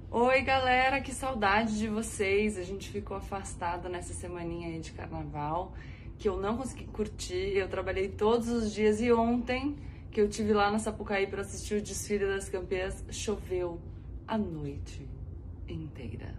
Oi, galera, que saudade de vocês. A gente ficou afastado nessa semaninha aí de carnaval, que eu não consegui curtir. Eu trabalhei todos os dias e ontem, que eu tive lá na Sapucaí para assistir o desfile das campeãs, choveu a noite inteira.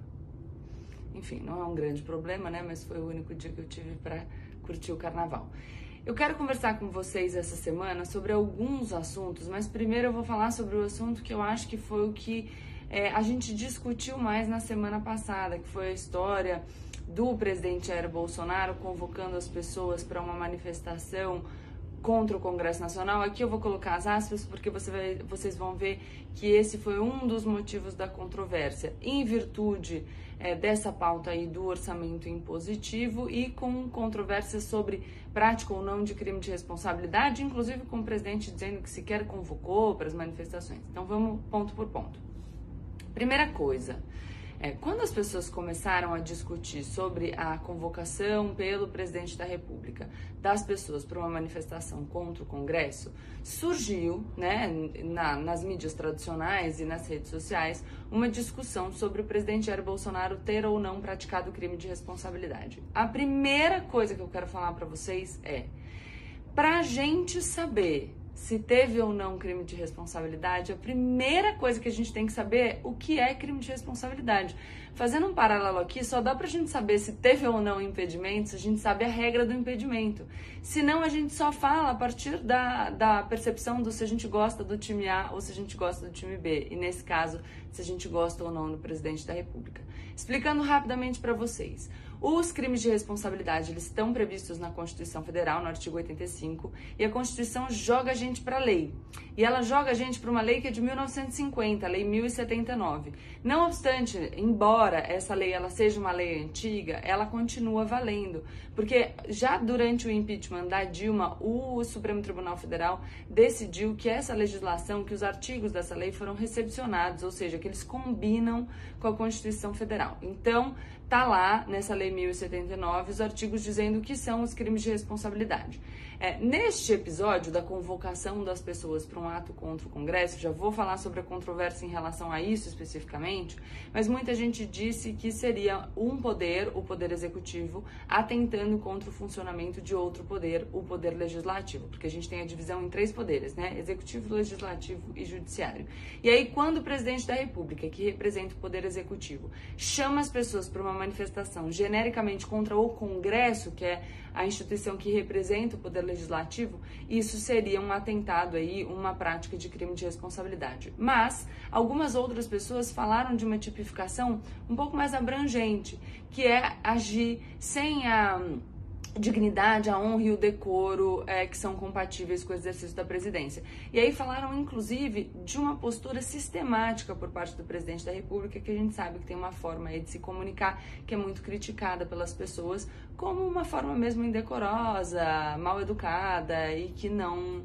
Enfim, não é um grande problema, né? Mas foi o único dia que eu tive para curtir o carnaval. Eu quero conversar com vocês essa semana sobre alguns assuntos, mas primeiro eu vou falar sobre o assunto que eu acho que foi o que a gente discutiu mais na semana passada, que foi a história do presidente Jair Bolsonaro convocando as pessoas para uma manifestação contra o Congresso Nacional. Aqui eu vou colocar as aspas porque vocês vão ver que esse foi um dos motivos da controvérsia, em virtude dessa pauta aí do orçamento impositivo e com controvérsia sobre prática ou não de crime de responsabilidade, inclusive com o presidente dizendo que sequer convocou para as manifestações. Então vamos ponto por ponto. Primeira coisa, quando as pessoas começaram a discutir sobre a convocação pelo presidente da República das pessoas para uma manifestação contra o Congresso, surgiu, né, nas mídias tradicionais e nas redes sociais, uma discussão sobre o presidente Jair Bolsonaro ter ou não praticado crime de responsabilidade. A primeira coisa que eu quero falar para vocês é, para a gente saber se teve ou não crime de responsabilidade, a primeira coisa que a gente tem que saber é o que é crime de responsabilidade. Fazendo um paralelo aqui, só dá pra gente saber se teve ou não impedimento se a gente sabe a regra do impedimento. Senão a gente só fala a partir da percepção do se a gente gosta do time A ou se a gente gosta do time B. E nesse caso, se a gente gosta ou não do presidente da República. Explicando rapidamente para vocês. Os crimes de responsabilidade, eles estão previstos na Constituição Federal, no artigo 85, e a Constituição joga a gente para a lei. E ela joga a gente para uma lei que é de 1950, a Lei 1079. Não obstante, embora essa lei ela seja uma lei antiga, ela continua valendo, porque já durante o impeachment da Dilma, o Supremo Tribunal Federal decidiu que essa legislação, que os artigos dessa lei foram recepcionados, ou seja, que eles combinam com a Constituição Federal. Então, tá lá nessa Lei 1079 os artigos dizendo o que são os crimes de responsabilidade. Neste episódio da convocação das pessoas para um ato contra o Congresso, já vou falar sobre a controvérsia em relação a isso especificamente, mas muita gente disse que seria um poder, o Poder Executivo, atentando contra o funcionamento de outro poder, o Poder Legislativo, porque a gente tem a divisão em 3 poderes, né? Executivo, Legislativo e Judiciário. E aí, quando o presidente da República, que representa o Poder Executivo, chama as pessoas para uma manifestação genericamente contra o Congresso, que é a instituição que representa o Poder Legislativo, isso seria um atentado aí, uma prática de crime de responsabilidade. Mas algumas outras pessoas falaram de uma tipificação um pouco mais abrangente, que é agir sem a dignidade, a honra e o decoro que são compatíveis com o exercício da presidência. E aí falaram, inclusive, de uma postura sistemática por parte do presidente da República, que a gente sabe que tem uma forma aí de se comunicar que é muito criticada pelas pessoas como uma forma mesmo indecorosa, mal educada e que não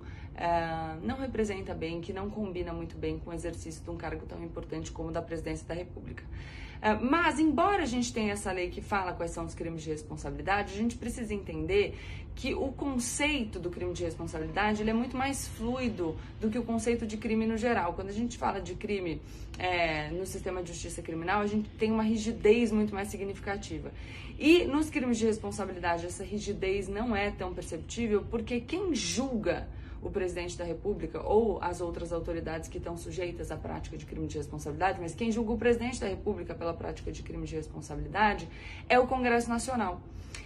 representa bem, que não combina muito bem com o exercício de um cargo tão importante como o da presidência da República. Mas, embora a gente tenha essa lei que fala quais são os crimes de responsabilidade, a gente precisa entender que o conceito do crime de responsabilidade ele é muito mais fluido do que o conceito de crime no geral. Quando a gente fala de crime no sistema de justiça criminal, a gente tem uma rigidez muito mais significativa. E nos crimes de responsabilidade, essa rigidez não é tão perceptível porque quem julga o presidente da República ou as outras autoridades que estão sujeitas à prática de crime de responsabilidade, mas quem julga o presidente da República pela prática de crime de responsabilidade é o Congresso Nacional.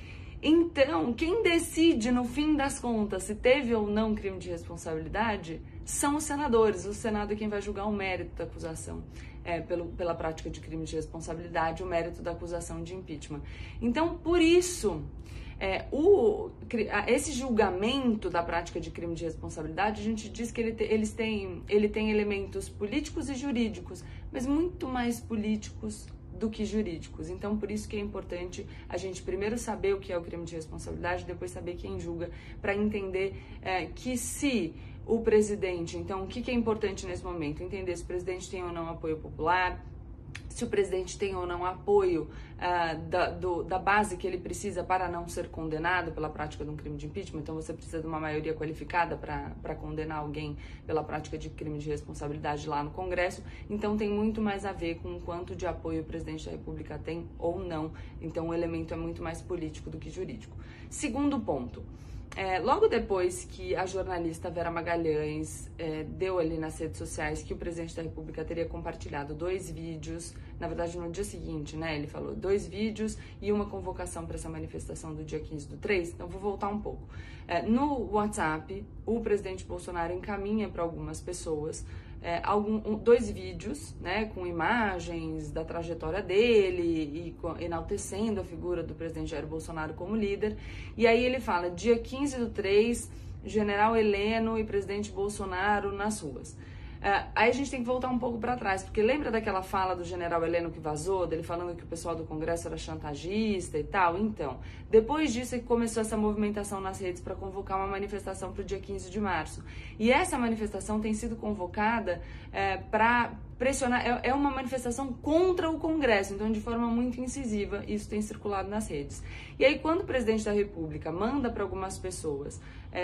Então, quem decide, no fim das contas, se teve ou não crime de responsabilidade são os senadores. O Senado é quem vai julgar o mérito da acusação pela prática de crime de responsabilidade, o mérito da acusação de impeachment. Então, por isso, esse julgamento da prática de crime de responsabilidade, a gente diz que ele tem elementos políticos e jurídicos, mas muito mais políticos do que jurídicos. Então, por isso que é importante a gente primeiro saber o que é o crime de responsabilidade, depois saber quem julga, para entender que se o presidente, então, o que é importante nesse momento? Entender se o presidente tem ou não apoio popular, se o presidente tem ou não apoio da base que ele precisa para não ser condenado pela prática de um crime de impeachment. Então você precisa de uma maioria qualificada para condenar alguém pela prática de crime de responsabilidade lá no Congresso. Então tem muito mais a ver com o quanto de apoio o presidente da República tem ou não. Então o elemento é muito mais político do que jurídico. Segundo ponto. Logo depois que a jornalista Vera Magalhães deu ali nas redes sociais que o presidente da República teria compartilhado 2 vídeos, na verdade no dia seguinte, né, ele falou 2 vídeos e uma convocação para essa manifestação do dia 15/3, então vou voltar um pouco. No WhatsApp, o presidente Bolsonaro encaminha para algumas pessoas 2 vídeos, né, com imagens da trajetória dele e enaltecendo a figura do presidente Jair Bolsonaro como líder. E aí ele fala, dia 15/3, General Heleno e presidente Bolsonaro nas ruas. Aí a gente tem que voltar um pouco para trás, porque lembra daquela fala do General Heleno que vazou, dele falando que o pessoal do Congresso era chantagista e tal? Então, depois disso é que começou essa movimentação nas redes para convocar uma manifestação para o dia 15 de março. E essa manifestação tem sido convocada para pressionar, é uma manifestação contra o Congresso, então de forma muito incisiva isso tem circulado nas redes. E aí quando o presidente da República manda para algumas pessoas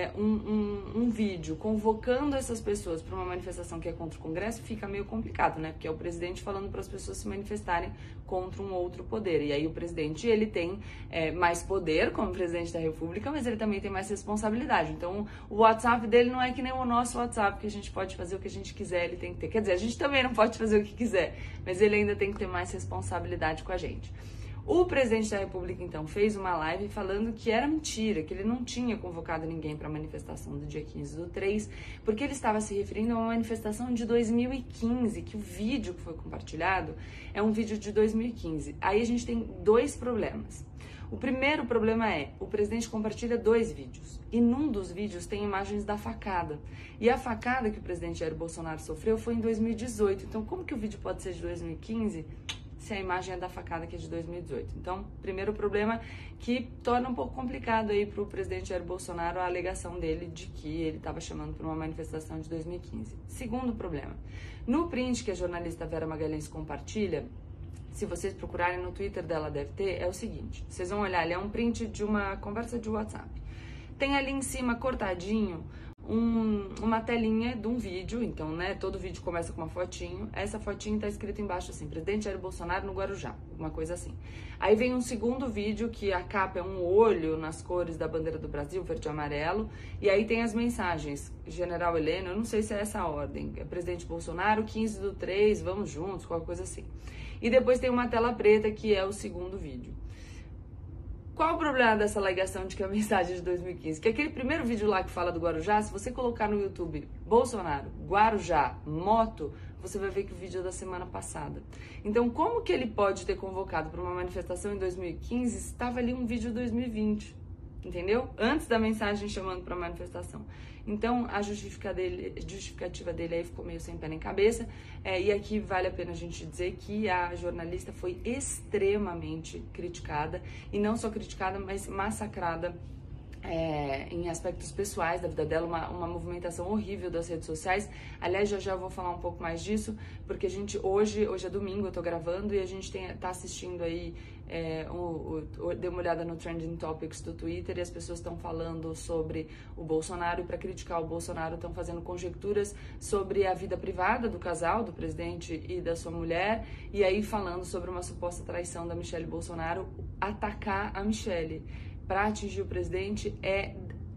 um vídeo convocando essas pessoas para uma manifestação que é contra o Congresso, fica meio complicado, né? Porque é o presidente falando para as pessoas se manifestarem contra um outro poder. E aí o presidente, ele tem mais poder como presidente da República, mas ele também tem mais responsabilidade. Então o WhatsApp dele não é que nem o nosso WhatsApp, que a gente pode fazer o que a gente quiser, ele tem que ter. Quer dizer, a gente também não pode fazer o que quiser, mas ele ainda tem que ter mais responsabilidade com a gente. O presidente da República, então, fez uma live falando que era mentira, que ele não tinha convocado ninguém para a manifestação do dia 15/3, porque ele estava se referindo a uma manifestação de 2015, que o vídeo que foi compartilhado é um vídeo de 2015. Aí a gente tem 2 problemas. O primeiro problema o presidente compartilha 2 vídeos, e num dos vídeos tem imagens da facada. E a facada que o presidente Jair Bolsonaro sofreu foi em 2018. Então, como que o vídeo pode ser de 2015 se a imagem é da facada que é de 2018? Então, primeiro problema que torna um pouco complicado aí para o presidente Jair Bolsonaro a alegação dele de que ele estava chamando para uma manifestação de 2015. Segundo problema, no print que a jornalista Vera Magalhães compartilha, se vocês procurarem no Twitter dela deve ter, é o seguinte, vocês vão olhar, ele é um print de uma conversa de WhatsApp. Tem ali em cima, cortadinho, uma telinha de um vídeo, então, né, todo vídeo começa com uma fotinho, essa fotinho tá escrito embaixo assim, presidente Jair Bolsonaro no Guarujá, uma coisa assim. Aí vem um segundo vídeo que a capa é um olho nas cores da bandeira do Brasil, verde e amarelo, e aí tem as mensagens, General Heleno, eu não sei se é essa a ordem, presidente Bolsonaro, 15/3, vamos juntos, qualquer coisa assim. E depois tem uma tela preta que é o segundo vídeo. Qual o problema dessa alegação de que a mensagem é de 2015? Que aquele primeiro vídeo lá que fala do Guarujá, se você colocar no YouTube Bolsonaro, Guarujá, moto, você vai ver que o vídeo é da semana passada. Então, como que ele pode ter convocado para uma manifestação em 2015 se estava ali um vídeo de 2020? Entendeu? Antes da mensagem chamando para manifestação. Então, a justificativa dele aí ficou meio sem pé nem cabeça. E aqui vale a pena a gente dizer que a jornalista foi extremamente criticada. E não só criticada, mas massacrada em aspectos pessoais da vida dela, uma movimentação horrível das redes sociais. Aliás, já vou falar um pouco mais disso, porque a gente hoje é domingo, eu tô gravando, e a gente tá assistindo aí, dei uma olhada no Trending Topics do Twitter, e as pessoas estão falando sobre o Bolsonaro, e para criticar o Bolsonaro estão fazendo conjecturas sobre a vida privada do casal, do presidente e da sua mulher, e aí falando sobre uma suposta traição da Michelle Bolsonaro, atacar a Michelle para atingir o presidente é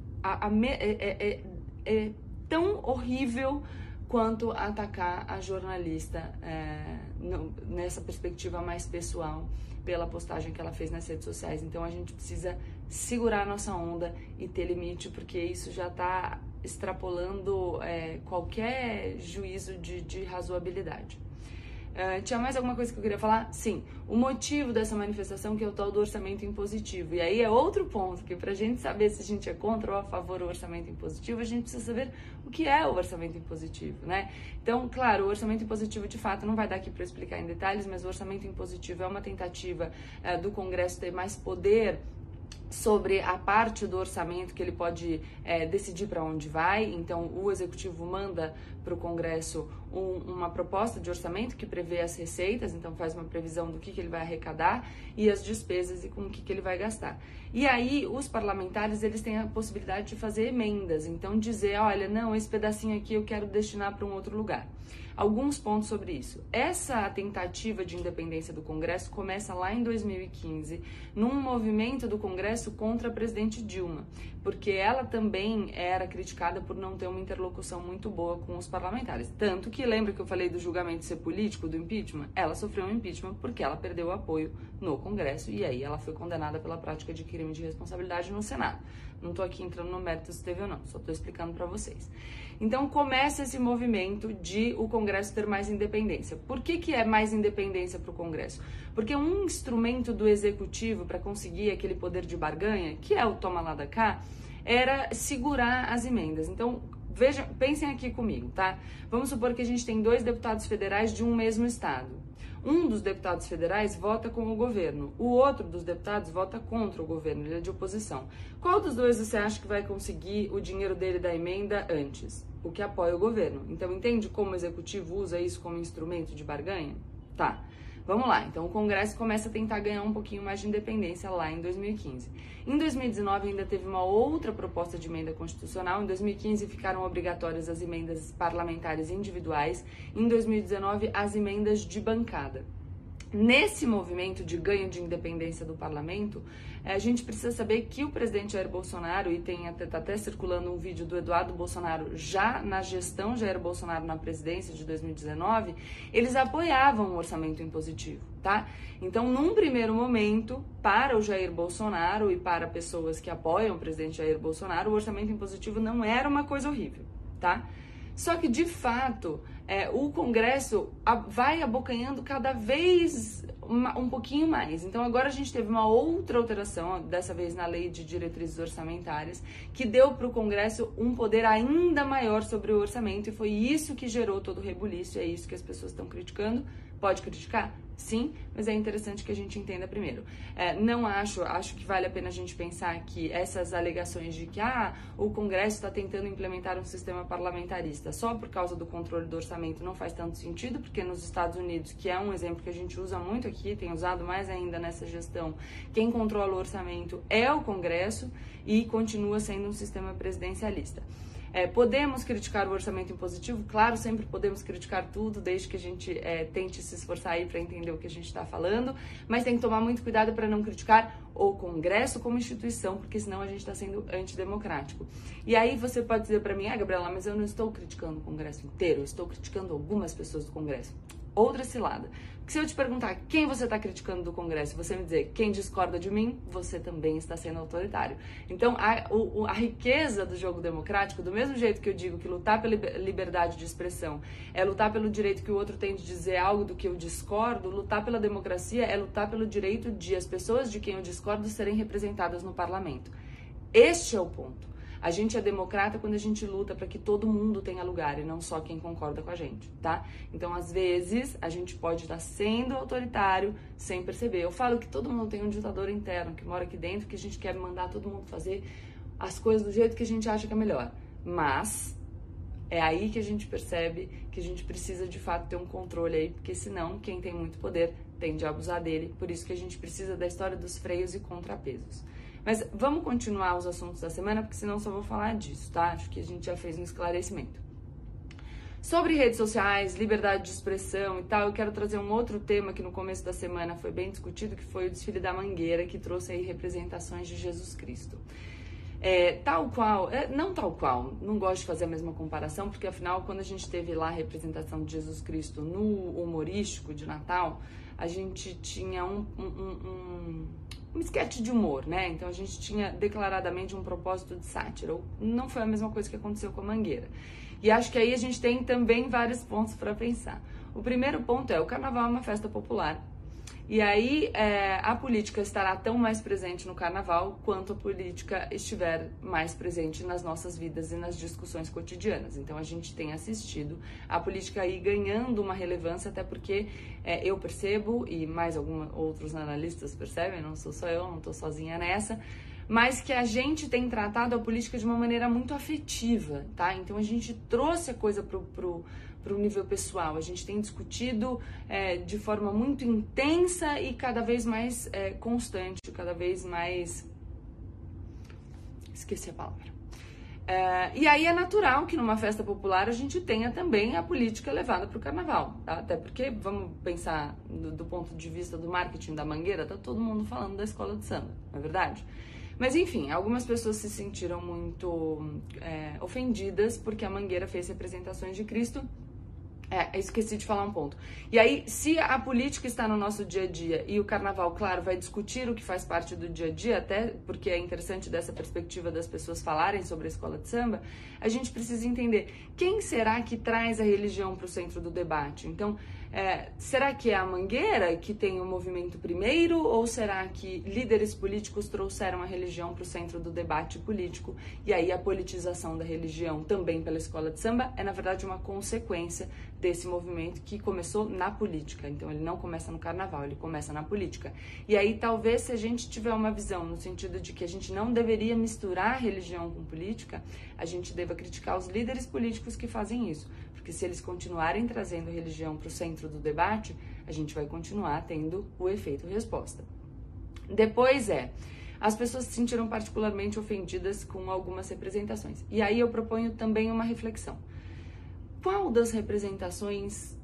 tão horrível quanto atacar a jornalista nessa perspectiva mais pessoal pela postagem que ela fez nas redes sociais. Então a gente precisa segurar a nossa onda e ter limite, porque isso já está extrapolando qualquer juízo de razoabilidade. Tinha mais alguma coisa que eu queria falar? Sim, o motivo dessa manifestação que é o tal do orçamento impositivo. E aí é outro ponto, que pra gente saber se a gente é contra ou a favor do orçamento impositivo, a gente precisa saber o que é o orçamento impositivo, né? Então, claro, o orçamento impositivo de fato não vai dar aqui para explicar em detalhes, mas o orçamento impositivo é uma tentativa do Congresso ter mais poder sobre a parte do orçamento que ele pode decidir para onde vai. Então o executivo manda para o Congresso uma proposta de orçamento que prevê as receitas, então faz uma previsão do que ele vai arrecadar e as despesas e com o que ele vai gastar. E aí os parlamentares, eles têm a possibilidade de fazer emendas, então dizer, olha, não, esse pedacinho aqui eu quero destinar para um outro lugar. Alguns pontos sobre isso. Essa tentativa de independência do Congresso começa lá em 2015, num movimento do Congresso contra a presidente Dilma, porque ela também era criticada por não ter uma interlocução muito boa com os parlamentares. Tanto que, lembra que eu falei do julgamento ser político, do impeachment? Ela sofreu um impeachment porque ela perdeu o apoio no Congresso e aí ela foi condenada pela prática de crime de responsabilidade no Senado. Não estou aqui entrando no mérito se teve ou não, só estou explicando para vocês. Então começa esse movimento de o Congresso ter mais independência. Por que é mais independência para o Congresso? Porque um instrumento do Executivo para conseguir aquele poder de barganha, que é o toma lá da cá, era segurar as emendas. Então, vejam, pensem aqui comigo, tá? Vamos supor que a gente tem 2 deputados federais de um mesmo estado. Um dos deputados federais vota com o governo, o outro dos deputados vota contra o governo, ele é de oposição. Qual dos dois você acha que vai conseguir o dinheiro dele da emenda antes? O que apoia o governo. Então, entende como o executivo usa isso como instrumento de barganha? Tá. Vamos lá, então o Congresso começa a tentar ganhar um pouquinho mais de independência lá em 2015. Em 2019 ainda teve uma outra proposta de emenda constitucional, em 2015 ficaram obrigatórias as emendas parlamentares individuais, em 2019 as emendas de bancada. Nesse movimento de ganho de independência do parlamento, a gente precisa saber que o presidente Jair Bolsonaro, e tá até circulando um vídeo do Eduardo Bolsonaro já na gestão Jair Bolsonaro na presidência de 2019, eles apoiavam o orçamento impositivo, tá? Então, num primeiro momento, para o Jair Bolsonaro e para pessoas que apoiam o presidente Jair Bolsonaro, o orçamento impositivo não era uma coisa horrível, tá? Só que, de fato, o Congresso vai abocanhando cada vez um pouquinho mais. Então, agora a gente teve uma outra alteração, dessa vez na Lei de Diretrizes Orçamentárias, que deu para o Congresso um poder ainda maior sobre o orçamento, e foi isso que gerou todo o rebuliço, e é isso que as pessoas estão criticando. Pode criticar? Sim, mas é interessante que a gente entenda primeiro. Acho que vale a pena a gente pensar que essas alegações de que o Congresso está tentando implementar um sistema parlamentarista só por causa do controle do orçamento não faz tanto sentido, porque nos Estados Unidos, que é um exemplo que a gente usa muito aqui, tem usado mais ainda nessa gestão, quem controla o orçamento é o Congresso e continua sendo um sistema presidencialista. Podemos criticar o orçamento impositivo? Claro, sempre podemos criticar tudo, desde que a gente tente se esforçar aí para entender o que a gente está falando, mas tem que tomar muito cuidado para não criticar o Congresso como instituição, porque senão a gente está sendo antidemocrático. E aí você pode dizer para mim, Gabriela, mas eu não estou criticando o Congresso inteiro, eu estou criticando algumas pessoas do Congresso. Outra cilada. Porque se eu te perguntar quem você está criticando do Congresso, você me dizer quem discorda de mim, você também está sendo autoritário. Então, a riqueza do jogo democrático, do mesmo jeito que eu digo que lutar pela liberdade de expressão é lutar pelo direito que o outro tem de dizer algo do que eu discordo, lutar pela democracia é lutar pelo direito de as pessoas de quem eu discordo serem representadas no parlamento. Este é o ponto. A gente é democrata quando a gente luta para que todo mundo tenha lugar e não só quem concorda com a gente, tá? Então, às vezes, a gente pode estar sendo autoritário sem perceber. Eu falo que todo mundo tem um ditador interno que mora aqui dentro, que a gente quer mandar todo mundo fazer as coisas do jeito que a gente acha que é melhor. Mas é aí que a gente percebe que a gente precisa, de fato, ter um controle aí, porque senão quem tem muito poder tende a abusar dele. Por isso que a gente precisa da história dos freios e contrapesos. Mas vamos continuar os assuntos da semana, porque senão só vou falar disso, tá? Acho que a gente já fez um esclarecimento. Sobre redes sociais, liberdade de expressão e tal, eu quero trazer um outro tema que no começo da semana foi bem discutido, que foi o desfile da Mangueira, que trouxe aí representações de Jesus Cristo. Não gosto de fazer a mesma comparação, porque afinal, quando a gente teve lá a representação de Jesus Cristo no humorístico de Natal, a gente tinha um esquete de humor, né? Então a gente tinha declaradamente um propósito de sátira. Não foi a mesma coisa que aconteceu com a Mangueira. E acho que aí a gente tem também vários pontos para pensar. O primeiro ponto o carnaval é uma festa popular. E aí a política estará tão mais presente no carnaval quanto a política estiver mais presente nas nossas vidas e nas discussões cotidianas. Então a gente tem assistido a política aí ganhando uma relevância, até porque eu percebo, e mais alguns outros analistas percebem, não sou só eu, não estou sozinha nessa, mas que a gente tem tratado a política de uma maneira muito afetiva, tá? Então a gente trouxe a coisa pro nível pessoal, a gente tem discutido de forma muito intensa e cada vez mais constante, cada vez mais... Esqueci a palavra. E aí é natural que numa festa popular a gente tenha também a política levada para o carnaval, tá? Até porque, vamos pensar do ponto de vista do marketing da Mangueira, tá todo mundo falando da escola de samba, não é verdade? Mas enfim, algumas pessoas se sentiram muito ofendidas porque a Mangueira fez representações de Cristo. Esqueci de falar um ponto. E aí, se a política está no nosso dia a dia e o carnaval, claro, vai discutir o que faz parte do dia a dia, até porque é interessante dessa perspectiva das pessoas falarem sobre a escola de samba, a gente precisa entender quem será que traz a religião para o centro do debate. Então, será que é a Mangueira que tem o movimento primeiro ou será que líderes políticos trouxeram a religião para o centro do debate político e aí a politização da religião também pela escola de samba é, na verdade, uma consequência desse movimento que começou na política. Então, ele não começa no carnaval, ele começa na política. E aí, talvez, se a gente tiver uma visão no sentido de que a gente não deveria misturar religião com política, a gente deva criticar os líderes políticos que fazem isso. Porque se eles continuarem trazendo a religião para o centro do debate, a gente vai continuar tendo o efeito resposta. Depois as pessoas se sentiram particularmente ofendidas com algumas representações. E aí eu proponho também uma reflexão. Qual das representações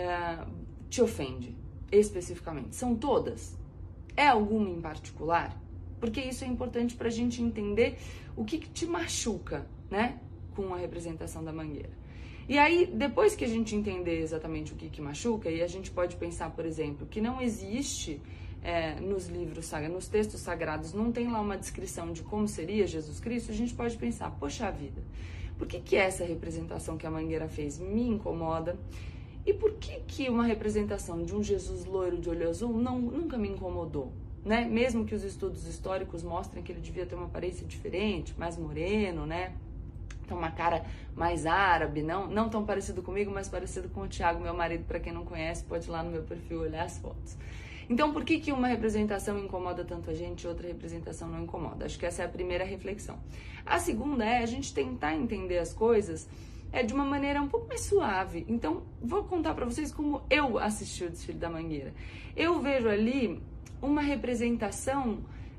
te ofende especificamente? São todas? É alguma em particular? Porque isso é importante para a gente entender o que te machuca, né, com a representação da Mangueira. E aí, depois que a gente entender exatamente o que machuca, e a gente pode pensar, por exemplo, que não existe nos livros, nos textos sagrados, não tem lá uma descrição de como seria Jesus Cristo, a gente pode pensar, poxa vida, por que essa representação que a Mangueira fez me incomoda? E por que uma representação de um Jesus loiro de olho azul nunca me incomodou? Né? Mesmo que os estudos históricos mostrem que ele devia ter uma aparência diferente, mais moreno, né? Então, uma cara mais árabe, não tão parecido comigo, mas parecido com o Thiago, meu marido. Para quem não conhece, pode ir lá no meu perfil olhar as fotos. Então, por que uma representação incomoda tanto a gente e outra representação não incomoda? Acho que essa é a primeira reflexão. A segunda é a gente tentar entender as coisas de uma maneira um pouco mais suave. Então, vou contar para vocês como eu assisti o desfile da Mangueira. Eu vejo ali uma representação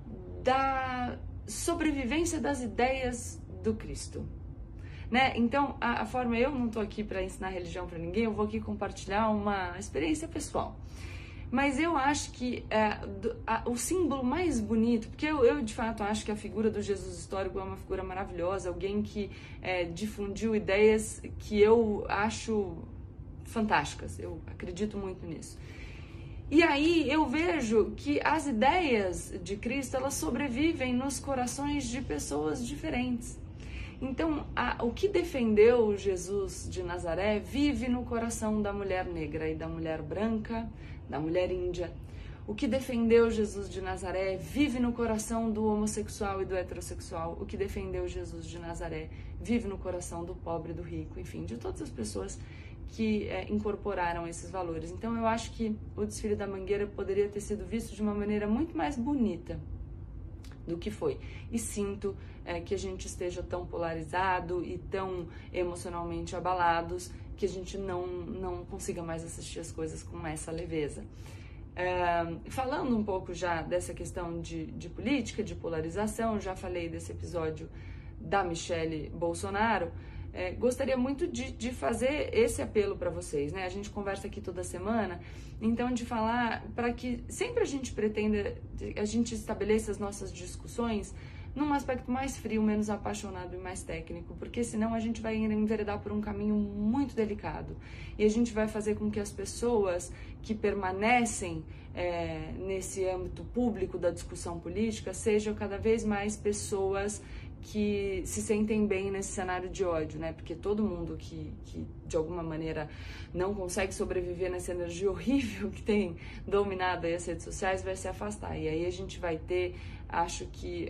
da sobrevivência das ideias do Cristo. Né? Então, a forma, eu não tô aqui para ensinar religião para ninguém, eu vou aqui compartilhar uma experiência pessoal. Mas eu acho que o símbolo mais bonito, porque eu de fato acho que a figura do Jesus histórico é uma figura maravilhosa, alguém que difundiu ideias que eu acho fantásticas, eu acredito muito nisso. E aí eu vejo que as ideias de Cristo, elas sobrevivem nos corações de pessoas diferentes. Então, o que defendeu Jesus de Nazaré vive no coração da mulher negra e da mulher branca, da mulher índia. O que defendeu Jesus de Nazaré vive no coração do homossexual e do heterossexual. O que defendeu Jesus de Nazaré vive no coração do pobre e do rico, enfim, de todas as pessoas que incorporaram esses valores. Então, eu acho que o desfile da Mangueira poderia ter sido visto de uma maneira muito mais bonita do que foi. E sinto que a gente esteja tão polarizado e tão emocionalmente abalados que a gente não consiga mais assistir as coisas com essa leveza. Falando um pouco já dessa questão de política, de polarização, já falei desse episódio da Michelle Bolsonaro, gostaria muito de fazer esse apelo para vocês, né? A gente conversa aqui toda semana, então de falar para que sempre a gente pretenda, a gente estabeleça as nossas discussões num aspecto mais frio, menos apaixonado e mais técnico, porque senão a gente vai enveredar por um caminho muito delicado e a gente vai fazer com que as pessoas que permanecem nesse âmbito público da discussão política sejam cada vez mais pessoas que se sentem bem nesse cenário de ódio, né? Porque todo mundo que de alguma maneira não consegue sobreviver nessa energia horrível que tem dominado aí as redes sociais, vai se afastar. E aí a gente vai ter, acho que,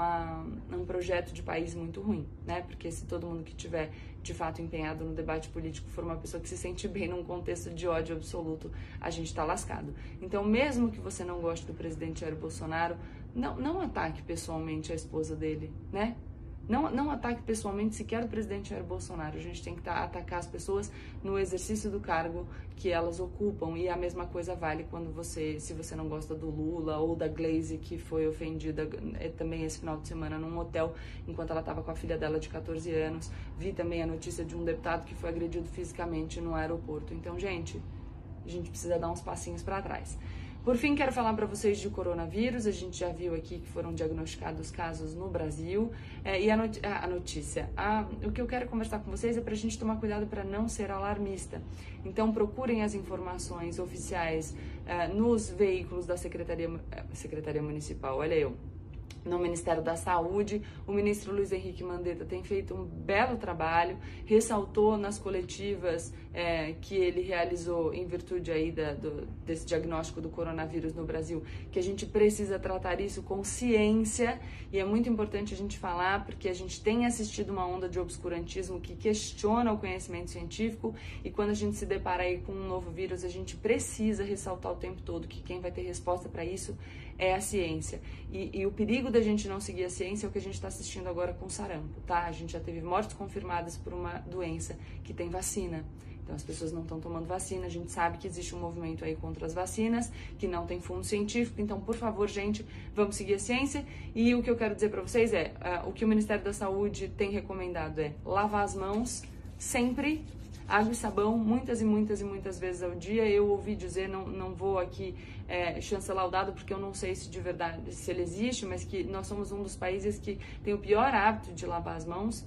um projeto de país muito ruim, né? Porque se todo mundo que tiver de fato empenhado no debate político for uma pessoa que se sente bem num contexto de ódio absoluto, a gente tá lascado. Então, mesmo que você não goste do presidente Jair Bolsonaro, não ataque pessoalmente a esposa dele, né? Não ataque pessoalmente sequer o presidente Jair Bolsonaro. A gente tem que atacar as pessoas no exercício do cargo que elas ocupam. E a mesma coisa vale quando se você não gosta do Lula ou da Glaze, que foi ofendida também esse final de semana num hotel, enquanto ela estava com a filha dela de 14 anos. Vi também a notícia de um deputado que foi agredido fisicamente no aeroporto. Então, gente, a gente precisa dar uns passinhos para trás. Por fim, quero falar para vocês de coronavírus. A gente já viu aqui que foram diagnosticados casos no Brasil. E a notícia, o que eu quero conversar com vocês é para a gente tomar cuidado para não ser alarmista. Então, procurem as informações oficiais nos veículos da Secretaria Municipal. Olha eu. No Ministério da Saúde, o ministro Luiz Henrique Mandetta tem feito um belo trabalho, ressaltou nas coletivas que ele realizou em virtude aí desse diagnóstico do coronavírus no Brasil, que a gente precisa tratar isso com ciência, e é muito importante a gente falar, porque a gente tem assistido uma onda de obscurantismo que questiona o conhecimento científico, e quando a gente se depara aí com um novo vírus, a gente precisa ressaltar o tempo todo que quem vai ter resposta para isso é a ciência. E o perigo da gente não seguir a ciência é o que a gente está assistindo agora com sarampo, tá? A gente já teve mortes confirmadas por uma doença que tem vacina. Então as pessoas não estão tomando vacina, a gente sabe que existe um movimento aí contra as vacinas, que não tem fundo científico, então por favor, gente, vamos seguir a ciência. E o que eu quero dizer para vocês o que o Ministério da Saúde tem recomendado é lavar as mãos sempre, água e sabão, muitas e muitas e muitas vezes ao dia. Eu ouvi dizer, não vou aqui chancelar o dado, porque eu não sei se de verdade, se ele existe, mas que nós somos um dos países que tem o pior hábito de lavar as mãos.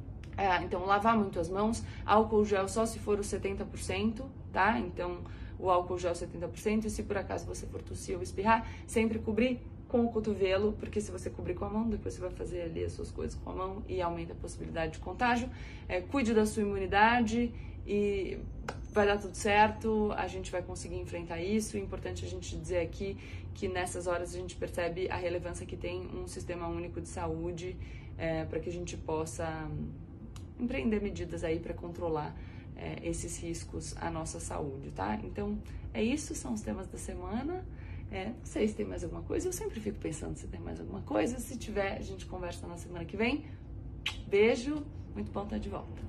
Então, lavar muito as mãos, álcool gel só se for os 70%, tá? Então, o álcool gel 70%, e se por acaso você for tossir ou espirrar, sempre cobrir com o cotovelo, porque se você cobrir com a mão, depois você vai fazer ali as suas coisas com a mão e aumenta a possibilidade de contágio. Cuide da sua imunidade e vai dar tudo certo, a gente vai conseguir enfrentar isso. É importante a gente dizer aqui que nessas horas a gente percebe a relevância que tem um sistema único de saúde, para que a gente possa empreender medidas aí para controlar esses riscos à nossa saúde, tá? Então, é isso, são os temas da semana. Não sei se tem mais alguma coisa, eu sempre fico pensando se tem mais alguma coisa. Se tiver, a gente conversa na semana que vem. Beijo, muito bom estar de volta.